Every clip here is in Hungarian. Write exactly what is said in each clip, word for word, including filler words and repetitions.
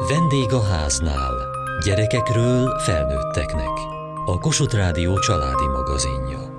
Vendég a háznál. Gyerekekről felnőtteknek. A Kossuth Rádió családi magazinja.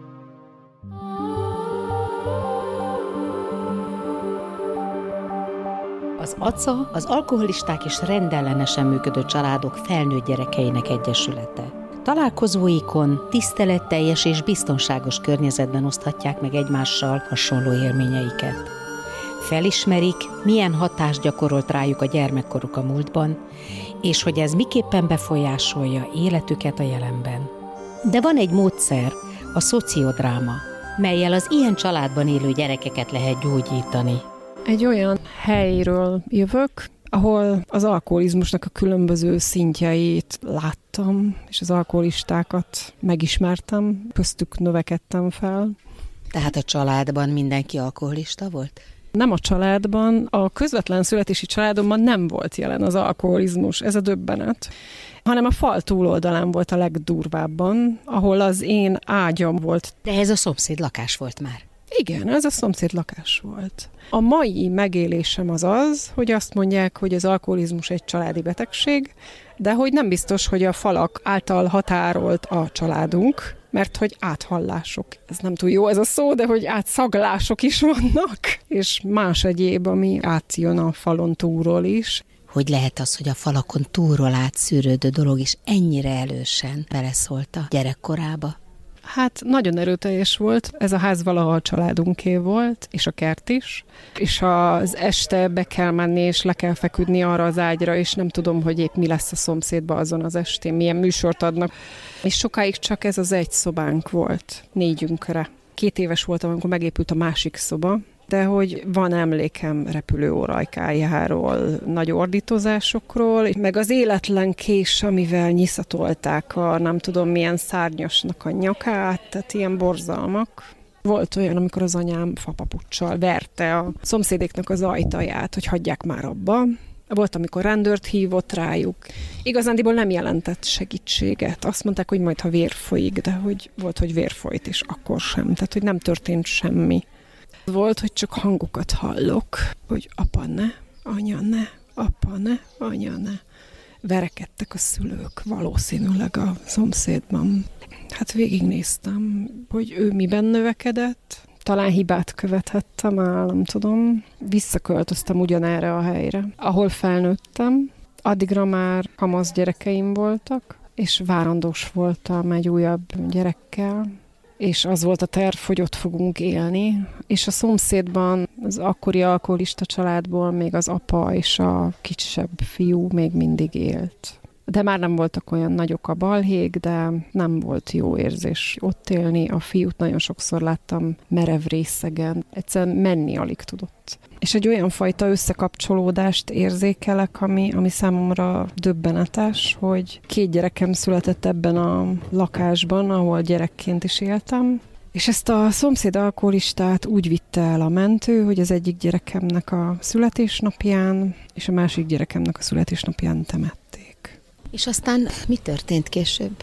Az á cé á az alkoholisták és rendellenesen működő családok felnőtt gyerekeinek egyesülete. Találkozóikon tiszteletteljes és biztonságos környezetben oszthatják meg egymással hasonló élményeiket. Felismerik, milyen hatást gyakorolt rájuk a gyermekkoruk a múltban, és hogy ez miképpen befolyásolja életüket a jelenben. De van egy módszer, a szociodráma, mellyel az ilyen családban élő gyerekeket lehet gyógyítani. Egy olyan helyről jövök, ahol az alkoholizmusnak a különböző szintjeit láttam, és az alkoholistákat megismertem, köztük növekedtem fel. Tehát a családban mindenki alkoholista volt? Nem a családban, a közvetlen születési családomban nem volt jelen az alkoholizmus, ez a döbbenet, hanem a fal túloldalán volt a legdurvábban, ahol az én ágyam volt. De ez a szomszéd lakás volt már. Igen, ez a szomszéd lakás volt. A mai megélésem az az, hogy azt mondják, hogy az alkoholizmus egy családi betegség, de hogy nem biztos, hogy a falak által határolt a családunk, mert hogy áthallások, ez nem túl jó ez a szó, de hogy átszaglások is vannak, és más egyéb, ami átjön a falon túlról is. Hogy lehet az, hogy a falakon túlról átszűrődő dolog is ennyire elősen beleszólt a gyerekkorába? Hát nagyon erőteljes volt, ez a ház valaha a családunké volt, és a kert is, és az este be kell menni, és le kell feküdni arra az ágyra, és nem tudom, hogy épp mi lesz a szomszédban azon az estén, milyen műsort adnak. És sokáig csak ez az egy szobánk volt, négyünkre. Két éves voltam, amikor megépült a másik szoba, de hogy van emlékem repülőórajkájáról, nagy ordítozásokról, meg az életlen kés, amivel nyiszatolták a nem tudom milyen szárnyasnak a nyakát, tehát ilyen borzalmak. Volt olyan, amikor az anyám fapapuccsal verte a szomszédéknak az ajtaját, hogy hagyják már abba. Volt, amikor rendőrt hívott rájuk. Igazándiból nem jelentett segítséget. Azt mondták, hogy majd ha vér folyik, de hogy volt, hogy vér folyt, és akkor sem. Tehát, hogy nem történt semmi. Volt, hogy csak hangokat hallok, hogy apa ne, anya ne, apa ne, anya ne. Verekedtek a szülők, valószínűleg a szomszédban. Hát végignéztem, hogy ő miben növekedett. Talán hibát követhettem el, nem tudom. Visszaköltöztem ugyanerre a helyre, ahol felnőttem. Addigra már kamasz gyerekeim voltak, és várandós voltam egy újabb gyerekkel. És az volt a terv, hogy ott fogunk élni, és a szomszédban az akkori alkoholista családból még az apa és a kisebb fiú még mindig élt. De már nem voltak olyan nagyok a balhék, de nem volt jó érzés ott élni. A fiút nagyon sokszor láttam merev részegen, egyszerűen menni alig tudott. És egy olyan fajta összekapcsolódást érzékelek, ami, ami számomra döbbenetes, hogy két gyerekem született ebben a lakásban, ahol gyerekként is éltem, és ezt a szomszéd alkoholistát úgy vitte el a mentő, hogy az egyik gyerekemnek a születésnapján, és a másik gyerekemnek a születésnapján temették. És aztán mi történt később?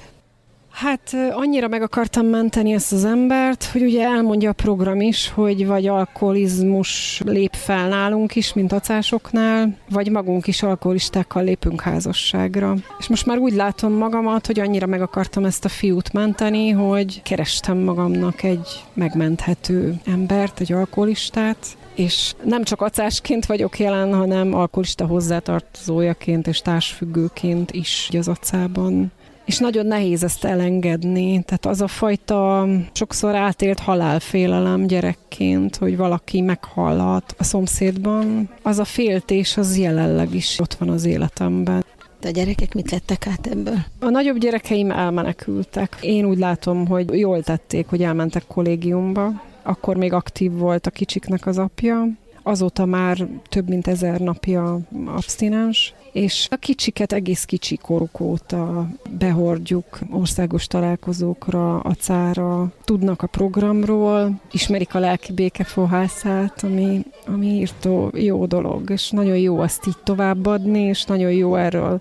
Hát annyira meg akartam menteni ezt az embert, hogy ugye elmondja a program is, hogy vagy alkoholizmus lép fel nálunk is, mint acásoknál, vagy magunk is alkoholistákkal lépünk házasságra. És most már úgy látom magamat, hogy annyira meg akartam ezt a fiút menteni, hogy kerestem magamnak egy megmenthető embert, egy alkoholistát, és nem csak acásként vagyok jelen, hanem alkoholista hozzátartozójaként és társfüggőként is az acában. És nagyon nehéz ezt elengedni, tehát az a fajta sokszor átélt halálfélelem gyerekként, hogy valaki meghalhat a szomszédban, az a féltés az jelenleg is ott van az életemben. De a gyerekek mit vettek át ebből? A nagyobb gyerekeim elmenekültek. Én úgy látom, hogy jól tették, hogy elmentek kollégiumba. Akkor még aktív volt a kicsiknek az apja. Azóta már több mint ezer napja abstinens, és a kicsiket egész kicsi koruk óta behordjuk országos találkozókra, acára, tudnak a programról, ismerik a lelki békefohászát, ami, ami írtó jó dolog, és nagyon jó azt így továbbadni, és nagyon jó erről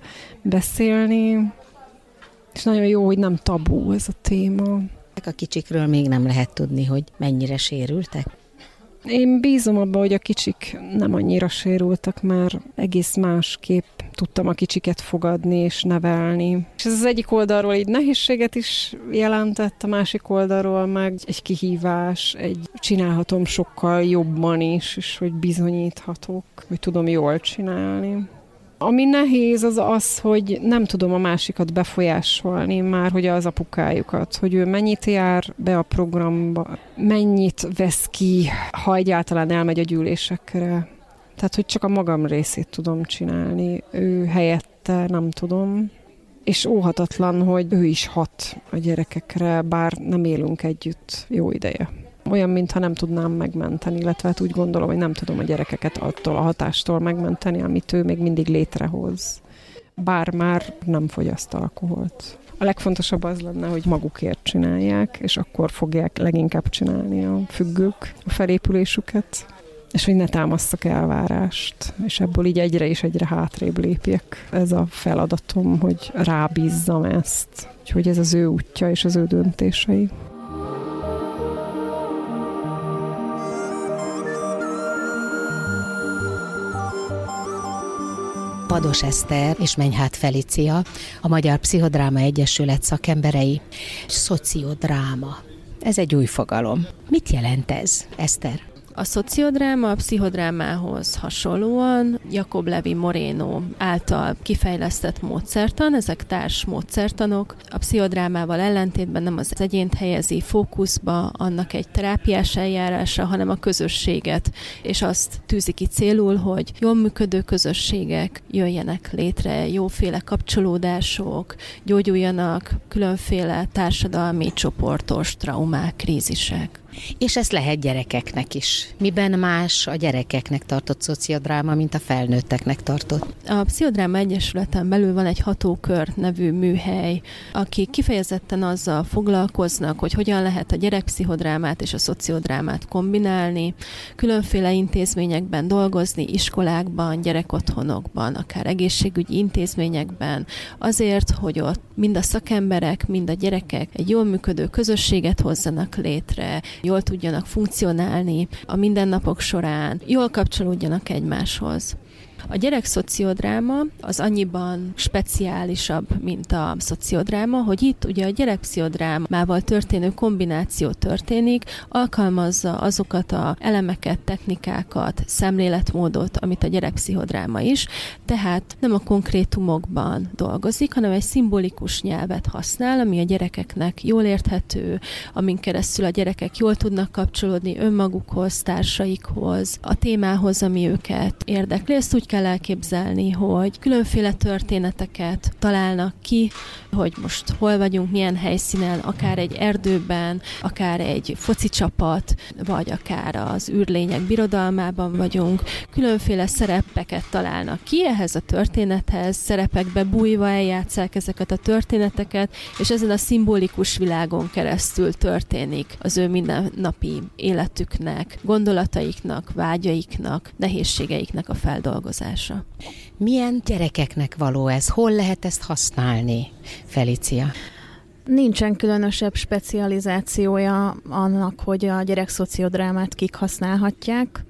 beszélni, és nagyon jó, hogy nem tabú ez a téma. A kicsikről még nem lehet tudni, hogy mennyire sérültek? Én bízom abba, hogy a kicsik nem annyira sérültek, mert egész másképp tudtam a kicsiket fogadni és nevelni. És ez az egyik oldalról így nehézséget is jelentett, a másik oldalról meg egy kihívás, egy csinálhatom sokkal jobban is, és hogy bizonyíthatok, hogy tudom jól csinálni. Ami nehéz az az, hogy nem tudom a másikat befolyásolni, már hogy az apukájukat, hogy ő mennyit jár be a programba, mennyit vesz ki, ha egyáltalán elmegy a gyűlésekre. Tehát, hogy csak a magam részét tudom csinálni, ő helyette nem tudom. És óhatatlan, hogy ő is hat a gyerekekre, bár nem élünk együtt jó ideje. Olyan, mintha nem tudnám megmenteni, illetve hát úgy gondolom, hogy nem tudom a gyerekeket attól a hatástól megmenteni, amit ő még mindig létrehoz. Bár már nem fogyaszt alkoholt. A legfontosabb az lenne, hogy magukért csinálják, és akkor fogják leginkább csinálni a függők a felépülésüket, és hogy ne támasztak elvárást, és ebből így egyre és egyre hátrébb lépjek. Ez a feladatom, hogy rábízzam ezt, hogy ez az ő útja és az ő döntései. Pados Eszter és Menyháth Felicia, a Magyar Pszichodráma Egyesület szakemberei. Szociodráma. Ez egy új fogalom. Mit jelent ez, Eszter? A szociodráma a pszichodrámához hasonlóan Jacob Levi Moreno által kifejlesztett módszertan, ezek társ módszertanok. A pszichodrámával ellentétben nem az egyént helyezi fókuszba, annak egy terápiás eljárása, hanem a közösséget, és azt tűzi ki célul, hogy jól működő közösségek jöjjenek létre, jóféle kapcsolódások, gyógyuljanak különféle társadalmi, csoportos traumák, krízisek. És ez lehet gyerekeknek is. Miben más a gyerekeknek tartott szociodráma, mint a felnőtteknek tartott? A Pszichodráma Egyesületen belül van egy Hatókör nevű műhely, akik kifejezetten azzal foglalkoznak, hogy hogyan lehet a gyerekpszichodrámát és a szociodrámát kombinálni, különféle intézményekben dolgozni, iskolákban, gyerekotthonokban, akár egészségügyi intézményekben, azért, hogy ott mind a szakemberek, mind a gyerekek egy jól működő közösséget hozzanak létre, jól tudjanak funkcionálni a mindennapok során, jól kapcsolódjanak egymáshoz. A gyerekszociodráma az annyiban speciálisabb, mint a szociodráma, hogy itt ugye a gyerekpszichodrámával történő kombináció történik, alkalmazza azokat az elemeket, technikákat, szemléletmódot, amit a gyerekpszichodráma is, tehát nem a konkrétumokban dolgozik, hanem egy szimbolikus nyelvet használ, ami a gyerekeknek jól érthető, amin keresztül a gyerekek jól tudnak kapcsolódni önmagukhoz, társaikhoz, a témához, ami őket érdekli. Ezt úgy kell elképzelni, hogy különféle történeteket találnak ki, hogy most hol vagyunk, milyen helyszínen, akár egy erdőben, akár egy foci csapat, vagy akár az űrlények birodalmában vagyunk. Különféle szerepeket találnak ki ehhez a történethez, szerepekbe bújva eljátsszák ezeket a történeteket, és ezen a szimbolikus világon keresztül történik az ő mindennapi életüknek, gondolataiknak, vágyaiknak, nehézségeiknek a feldolgozása. Milyen gyerekeknek való ez? Hol lehet ezt használni, Felicia? Nincsen különösebb specializációja annak, hogy a gyerekszociodrámát kik használhatják.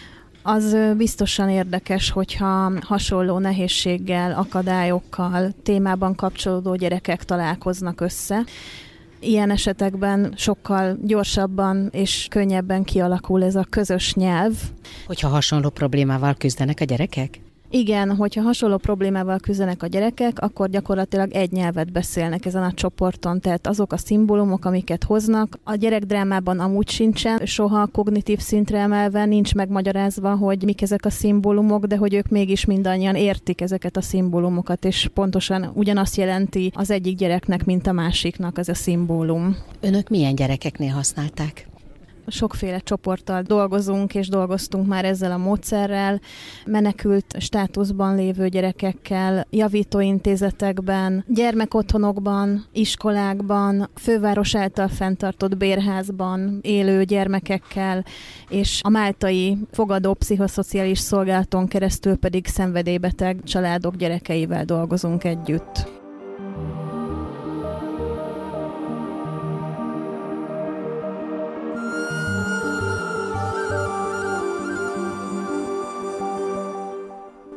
Az biztosan érdekes, hogyha hasonló nehézséggel, akadályokkal, témában kapcsolódó gyerekek találkoznak össze. Ilyen esetekben sokkal gyorsabban és könnyebben kialakul ez a közös nyelv. Hogyha hasonló problémával küzdenek a gyerekek? Igen, hogyha hasonló problémával küzdenek a gyerekek, akkor gyakorlatilag egy nyelvet beszélnek ezen a csoporton, tehát azok a szimbólumok, amiket hoznak, a gyerekdrámában amúgy sincsen, soha kognitív szintre emelve, nincs megmagyarázva, hogy mik ezek a szimbólumok, de hogy ők mégis mindannyian értik ezeket a szimbólumokat, és pontosan ugyanazt jelenti az egyik gyereknek, mint a másiknak ez a szimbólum. Önök milyen gyerekeknél használták? Sokféle csoporttal dolgozunk, és dolgoztunk már ezzel a módszerrel, menekült státuszban lévő gyerekekkel, javítóintézetekben, gyermekotthonokban, iskolákban, főváros által fenntartott bérházban élő gyermekekkel, és a máltai fogadó pszichoszociális szolgálaton keresztül pedig szenvedélybeteg családok gyerekeivel dolgozunk együtt.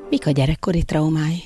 Mik a gyerekkori traumái?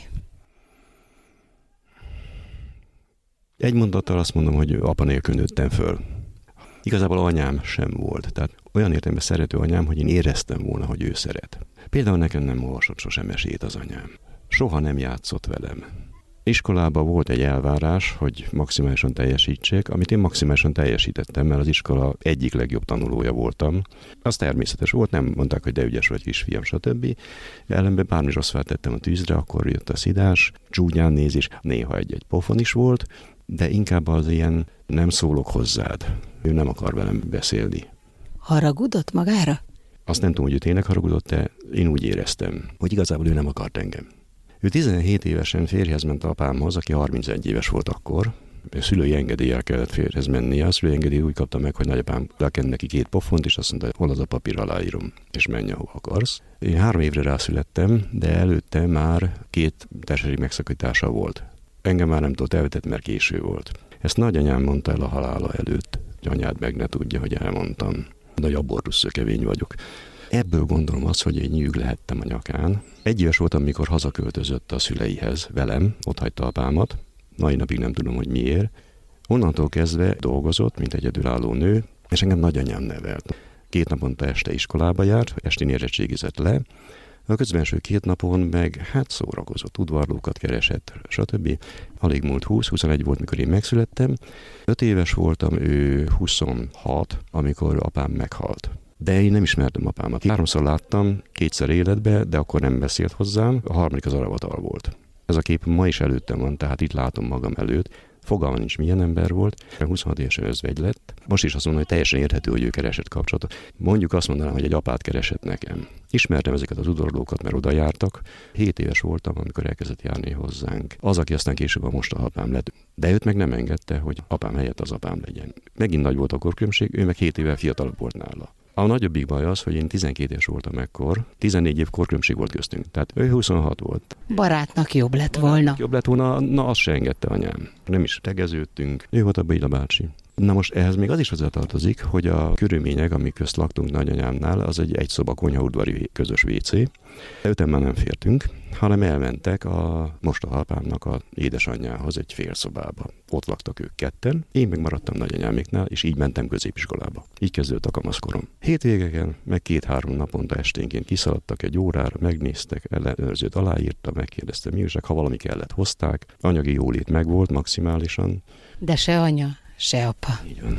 Egy mondattal azt mondom, hogy apa nélkül nőttem föl. Igazából anyám sem volt. Tehát olyan értelemben szerető anyám, hogy én éreztem volna, hogy ő szeret. Például nekem nem olvasott sosem mesét az anyám. Soha nem játszott velem. Iskolában volt egy elvárás, hogy maximálisan teljesítsek, amit én maximálisan teljesítettem, mert az iskola egyik legjobb tanulója voltam. Az természetes volt, nem mondták, hogy de ügyes vagy kisfiam, stb. Ellenben bármi rossz feltettem a tűzre, akkor jött a szidás, csúnyán nézés, néha egy-egy pofon is volt, de inkább az ilyen nem szólok hozzád. Ő nem akar velem beszélni. Haragudott magára? Azt nem tudom, hogy ő tényleg haragudott, de én úgy éreztem, hogy igazából ő nem akart engem. Ő tizenhét évesen férjhez ment apámhoz, aki harmincegy éves volt akkor. A szülői engedéllyel kellett férjhez mennie. A szülői engedély úgy kapta meg, hogy nagyapám lekent neki két pofont, és azt mondta, hol az a papír, aláírom, és menj, ahova akarsz. Én három évre rászülettem, de előtte már két testvéri megszakítása volt. Engem már nem tudott elvetett, mert késő volt. Ezt nagyanyám mondta el a halála előtt, hogy anyád meg ne tudja, hogy elmondtam. Nagy abortusz szökevény vagyok. Ebből gondolom azt, hogy én nyűg lehettem a nyakán. Egy éves voltam, amikor hazaköltözött a szüleihez velem, ott hagyta apámat. Mai napig nem tudom, hogy miért. Onnantól kezdve dolgozott, mint egyedülálló nő, és engem nagyanyám nevelt. Két naponta este iskolába járt, estén érettségizett le. A közbenső két napon meg hát szórakozott, udvarlókat keresett, stb. Alig múlt húsz-huszonegy volt, mikor én megszülettem. Öt éves voltam, ő huszonhat, amikor apám meghalt. De én nem ismertem apámat. Háromszor láttam, kétszer életbe, de akkor nem beszélt hozzám, a harmadik az aravatal volt. Ez a kép ma is előttem van, tehát itt látom magam előtt. Fogalma nincs, milyen ember volt. huszonhat évesen özvegy lett. Most is azt mondom, hogy teljesen érthető, hogy ő keresett kapcsolatot. Mondjuk azt mondanám, hogy egy apát keresett nekem. Ismertem ezeket az udvarlókat, mert oda jártak. Hét éves voltam, amikor elkezdett járni hozzánk. Az, aki aztán később a mostohaapám lett. De őt meg nem engedte, hogy apám helyett az apám legyen. Megint nagy volt a korkülönbség, ő meg hét évvel fiatalabb volt nála. A nagyobbik baj az, hogy én tizenkét éves voltam ekkor, tizennégy év korkülönbség volt köztünk, tehát ő huszonhat volt. Barátnak jobb lett volna. Jobb lett volna, na azt se engedte anyám. Nem is tegeződtünk, ő volt a Béla bácsi. Na most ehhez még az is hozzátartozik, hogy a körülmények, amik közt laktunk nagyanyámnál, az egy egy szoba konyhaudvari közös vé cé. Öten már nem fértünk, hanem elmentek a mostohaapámnak a édesanyjához egy fél szobába. Ott laktak ők ketten, én meg maradtam nagyanyáméknál, és így mentem középiskolába. Így kezdődött a kamaszkorom. Hétvégeken, meg két-három naponta esténként kiszaladtak egy órára, megnéztek, ellenőrzőt aláírta, megkérdezte mi újság, ha valami kellett, hozták. Anyagi jólét megvolt maximálisan. De se anya, se apa. Így van.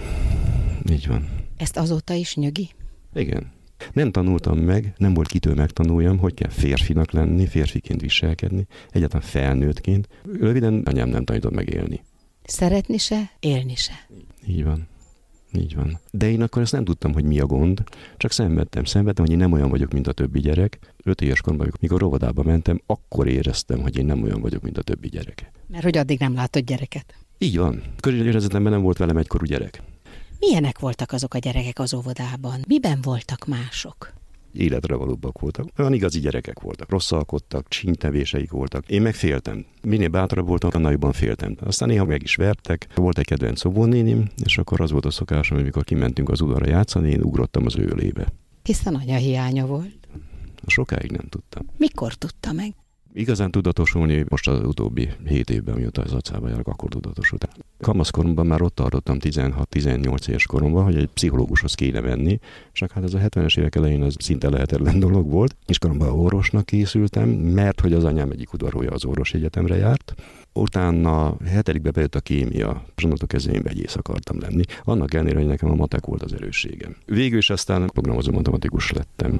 Így van. Ezt azóta is nyögi? Igen. Nem tanultam meg, nem volt kitől megtanuljam, hogy kell férfinak lenni, férfiként viselkedni, egyáltalán felnőttként. Röviden anyám nem tanított meg élni. Szeretni se, élni se. Így van. Így van. De én akkor ezt nem tudtam, hogy mi a gond, csak szenvedtem, szenvedtem, hogy én nem olyan vagyok, mint a többi gyerek. Öt éves koromban, mikor óvodába mentem, akkor éreztem, hogy én nem olyan vagyok, mint a többi gyerek. Mert hogy addig nem látott gyereket. Így van. Körülöttemben nem volt velem egykorú gyerek. Milyenek voltak azok a gyerekek az óvodában? Miben voltak mások? Életre valóbbak voltak. Olyan igazi gyerekek voltak. Rosszalkodtak, csínytevéseik voltak. Én meg féltem. Minél bátrabb voltam, annál jobban féltem. Aztán néha meg is vertek. Volt egy kedvenc óvónénim, és akkor az volt a szokásom, hogy mikor kimentünk az udvarra játszani, én ugrottam az ő ölébe. Hiszen anya hiánya volt. Sokáig nem tudtam. Mikor tudta meg? Igazán tudatosulni most az utóbbi hét évben, mióta az acába járok, akkor tudatosult. Kamaszkoromban már ott tartottam tizenhat-tizennyolc éves koromban, hogy egy pszichológushoz kéne menni, csak hát ez a hetvenes évek elején az szinte lehetetlen dolog volt. És koromban orvosnak készültem, mert hogy az anyám egyik udvarója az orvosi egyetemre járt. Utána hetedikbe bejött a kémia, és onnantól kezdve én vegyész akartam lenni. Annak ellenére, hogy nekem a matek volt az erősségem. Végül is aztán programozó matematikus lettem.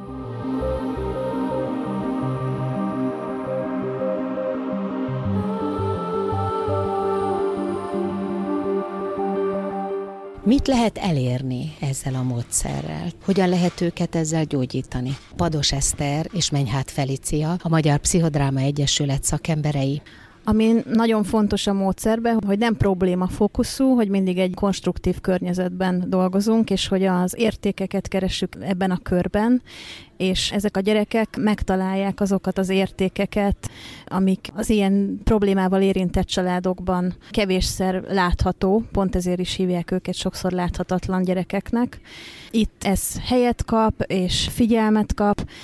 Mit lehet elérni ezzel a módszerrel? Hogyan lehet őket ezzel gyógyítani? Pados Eszter és Menyháth Felicia, a Magyar Pszichodráma Egyesület szakemberei. Ami nagyon fontos a módszerben, hogy nem probléma fókuszú, hogy mindig egy konstruktív környezetben dolgozunk, és hogy az értékeket keressük ebben a körben, és ezek a gyerekek megtalálják azokat az értékeket, amik az ilyen problémával érintett családokban kevésszer látható, pont ezért is hívják őket sokszor láthatatlan gyerekeknek. Itt ez helyet kap, és figyelmet kap.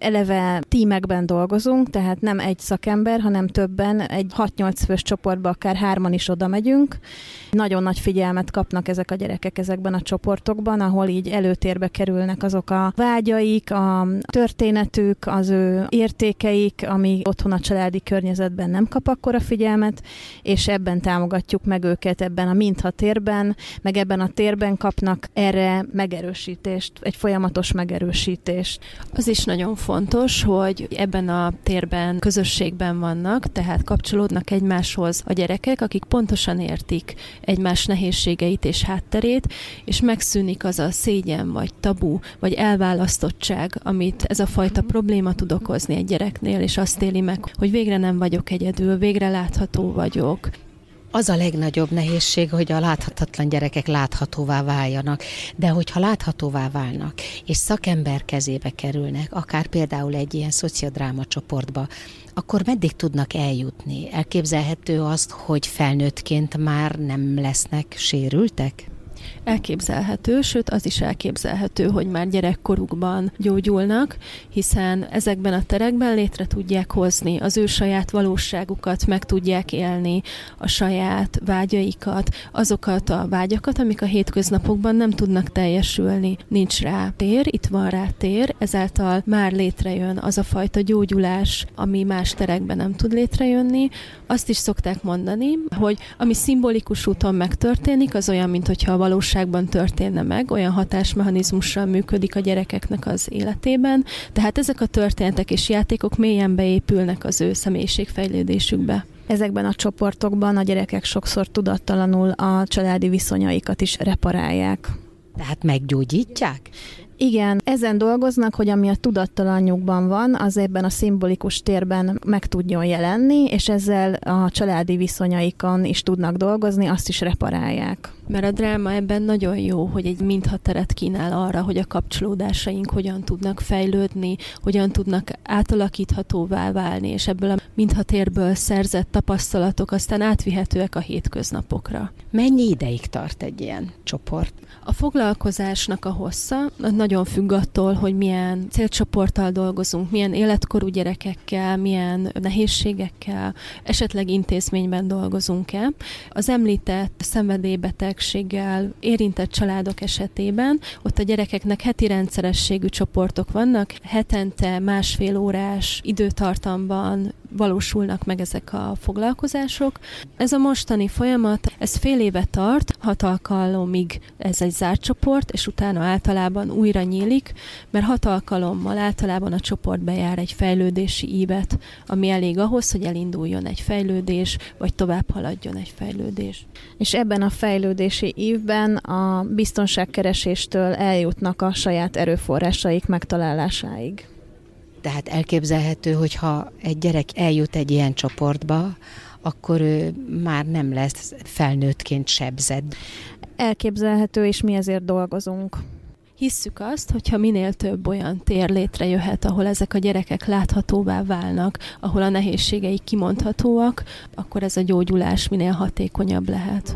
Eleve tímekben dolgozunk, tehát nem egy szakember, hanem többen, egy hat-nyolc fős csoportba akár hárman is oda megyünk. Nagyon nagy figyelmet kapnak ezek a gyerekek ezekben a csoportokban, ahol így előtérbe kerülnek azok a vágyaik, a történetük, az ő értékeik, ami otthon a családi környezetben nem kap akkora figyelmet, és ebben támogatjuk meg őket, ebben a mintha térben, meg ebben a térben kapnak erre megerősítést, egy folyamatos megerősítést. Az is nagyon fontos, hogy ebben a térben, közösségben vannak, tehát kapcsolódnak egymáshoz a gyerekek, akik pontosan értik egymás nehézségeit és hátterét, és megszűnik az a szégyen, vagy tabu, vagy elválasztottság, amit ez a fajta probléma tud okozni egy gyereknél, és azt éli meg, hogy végre nem vagyok egyedül, végre látható vagyok. Az a legnagyobb nehézség, hogy a láthatatlan gyerekek láthatóvá váljanak, de hogyha láthatóvá válnak, és szakember kezébe kerülnek, akár például egy ilyen szociodráma csoportba, akkor meddig tudnak eljutni? Elképzelhető azt, hogy felnőttként már nem lesznek sérültek? Elképzelhető, sőt az is elképzelhető, hogy már gyerekkorukban gyógyulnak, hiszen ezekben a terekben létre tudják hozni az ő saját valóságukat, meg tudják élni a saját vágyaikat, azokat a vágyakat, amik a hétköznapokban nem tudnak teljesülni. Nincs rá tér, itt van rá tér, ezáltal már létrejön az a fajta gyógyulás, ami más terekben nem tud létrejönni. Azt is szokták mondani, hogy ami szimbolikus úton megtörténik, az olyan, mintha a valóságban történne meg, olyan hatásmechanizmussal működik a gyerekeknek az életében, tehát ezek a történetek és játékok mélyen beépülnek az ő személyiségfejlődésükbe. Ezekben a csoportokban a gyerekek sokszor tudattalanul a családi viszonyaikat is reparálják. Tehát meggyógyítják? Igen, ezen dolgoznak, hogy ami a tudattalanjukban van, az ebben a szimbolikus térben meg tudjon jelenni, és ezzel a családi viszonyaikon is tudnak dolgozni, azt is reparálják. Mert a dráma ebben nagyon jó, hogy egy minthateret kínál arra, hogy a kapcsolódásaink hogyan tudnak fejlődni, hogyan tudnak átalakíthatóvá válni, és ebből a minthatérből szerzett tapasztalatok aztán átvihetőek a hétköznapokra. Mennyi ideig tart egy ilyen csoport? A foglalkozásnak a hossza nagyon függ attól, hogy milyen célcsoporttal dolgozunk, milyen életkorú gyerekekkel, milyen nehézségekkel, esetleg intézményben dolgozunk-e. Az említett szenvedélybetegséggel érintett családok esetében ott a gyerekeknek heti rendszerességű csoportok vannak, hetente másfél órás időtartamban valósulnak meg ezek a foglalkozások. Ez a mostani folyamat, ez fél éve tart, hat alkalomig ez egy zárt csoport, és utána általában újra nyílik, mert hat alkalommal általában a csoport bejár egy fejlődési ívet, ami elég ahhoz, hogy elinduljon egy fejlődés, vagy tovább haladjon egy fejlődés. És ebben a fejlődési ívben a biztonságkereséstől eljutnak a saját erőforrásaik megtalálásáig. Tehát elképzelhető, hogy ha egy gyerek eljut egy ilyen csoportba, akkor ő már nem lesz felnőttként sebzett. Elképzelhető, és mi ezért dolgozunk. Hisszük azt, hogyha minél több olyan tér létrejöhet, ahol ezek a gyerekek láthatóvá válnak, ahol a nehézségeik kimondhatóak, akkor ez a gyógyulás minél hatékonyabb lehet.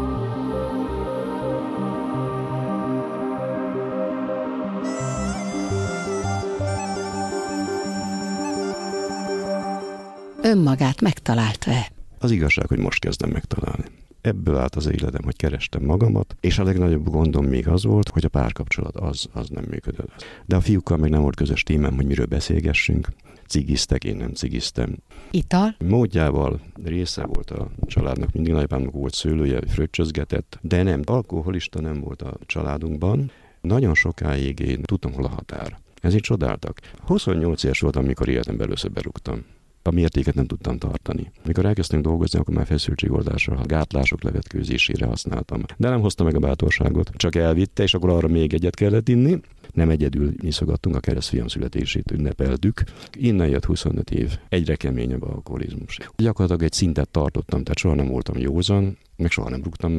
Önmagát megtalálta-e? Az igazság, hogy most kezdem megtalálni. Ebből állt az életem, hogy kerestem magamat, és a legnagyobb gondom még az volt, hogy a párkapcsolat az, az nem működött. De a fiúkkal meg nem volt közös témám, hogy miről beszélgessünk. Cigiztek, én nem cigiztem. Ital? Módjával része volt a családnak, mindig nagyapámnak volt szőlője, fröccsözgetett, de nem, alkoholista nem volt a családunkban. Nagyon sokáig én tudtam, hol a határ. Ezért csodáltak. huszonnyolc éves voltam, amikor életemben először berúgtam. A mértéket nem tudtam tartani. Mikor elkezdtünk dolgozni, akkor már feszültségoldásra, a gátlások levetkőzésére használtam. De nem hozta meg a bátorságot, csak elvitte, és akkor arra még egyet kellett inni. Nem egyedül nyiszogattunk, a keresztfiam születését ünnepeltük. Innen jött huszonöt év, egyre keményebb alkoholizmus. Gyakorlatilag egy szintet tartottam, tehát soha nem voltam józan, meg soha nem rúgtam már be.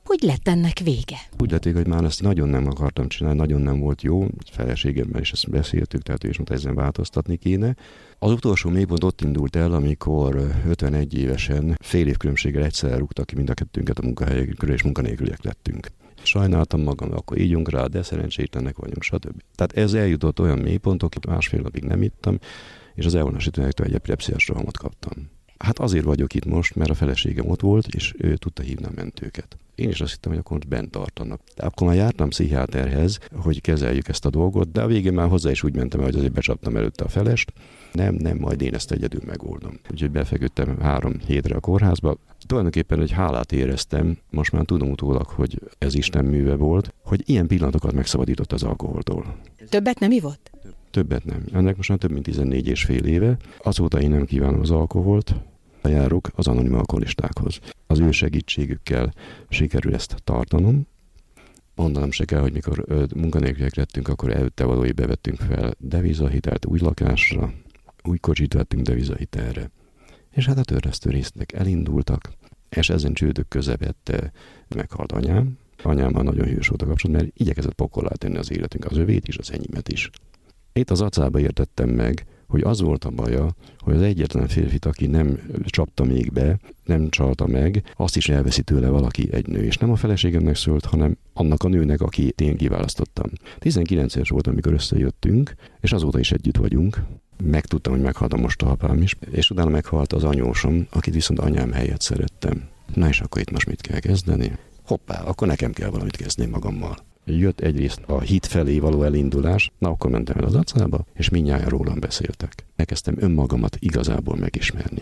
hogy lett ennek vége? Úgy lették, hogy már ezt nagyon nem akartam csinálni, nagyon nem volt jó, feleségemmel is ezt beszéltük, tehát ő is mondta, ezen változtatni kéne. Az utolsó mélypont ott indult el, amikor ötvenegy évesen fél év különbséggel egyszerre rúgtak ki mind a kettőnket a munkahelyekről, és munkanélküliek lettünk. Sajnáltam magam, akkor ígyunk rá, de szerencsétlenek vagyunk, stb. Tehát ez eljutott olyan mélypontok, másfél napig nem ittam, és az elvonásítónektől egy epilepsziás rohamot kaptam. Hát azért vagyok itt most, mert a feleségem ott volt, és ő tudta hívni a mentőket. Én is azt hittem, hogy akkor bent tartanak. De akkor már jártam pszichiáterhez, hogy kezeljük ezt a dolgot, de a végén már hozzá is úgy mentem, hogy azért becsaptam előtte a felest. Nem, nem, majd én ezt egyedül megoldom. Úgyhogy befeküdtem három hétre a kórházba. Tulajdonképpen egy hálát éreztem, most már tudom utólag, hogy ez Isten műve volt, hogy ilyen pillanatokat megszabadított az alkoholtól. Többet nem ivott? Többet nem. Ennek most már több mint tizennégy és fél éve. Azóta én nem kívánom az alkoholt, járok az anonim alkoholistákhoz. Az ő segítségükkel sikerül ezt tartanom. Mondanom se kell, hogy mikor munkanélküliek lettünk, akkor előtte valói bevettünk fel devizahitelt új lakásra, új kocsit vettünk devizahitelre. És hát a törlesztő részletek elindultak, és ezen csődök közepette meghalt anyám. Anyámmal nagyon hűs volt a kapcsolat, mert igyekezett pokollá tenni az életünk, az övét is, az enyémet is. Itt az acába értettem meg, hogy az volt a baja, hogy az egyetlen férfit, aki nem csapta még be, nem csalta meg, azt is elveszi tőle valaki, egy nő. És nem a feleségemnek szólt, hanem annak a nőnek, aki én kiválasztottam. tizenkilenc éves voltam, amikor összejöttünk, és azóta is együtt vagyunk. Megtudtam, hogy meghalt a mostohaapám is, és utána meghalt az anyósom, akit viszont anyám helyett szerettem. Na és akkor itt most mit kell kezdeni? Hoppá, akkor nekem kell valamit kezdeni magammal. Jött egyrészt a hit felé való elindulás, na akkor mentem el az acába, és mindnyájan rólam beszéltek. Elkezdtem önmagamat igazából megismerni.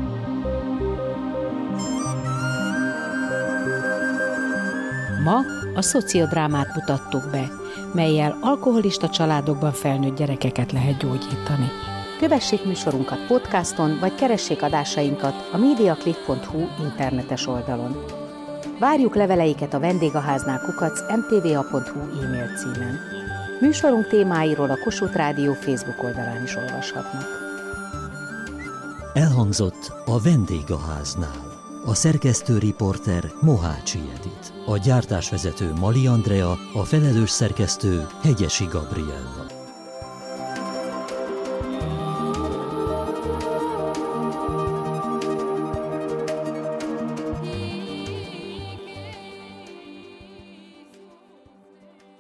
Ma a szociodrámát mutattuk be, mellyel alkoholista családokban felnőtt gyerekeket lehet gyógyítani. Kövessék műsorunkat podcaston, vagy keressék adásainkat a mediaclick pont hu internetes oldalon. Várjuk leveleiket a vendégháznál kukac em té vé á pont hu e-mail címen. Műsorunk témáiról a Kossuth Rádió Facebook oldalán is olvashatnak. Elhangzott a vendégháznál. A szerkesztő riporter Mohácsi Edit. A gyártásvezető Mali Andrea, a felelős szerkesztő Hegyesi Gabriella.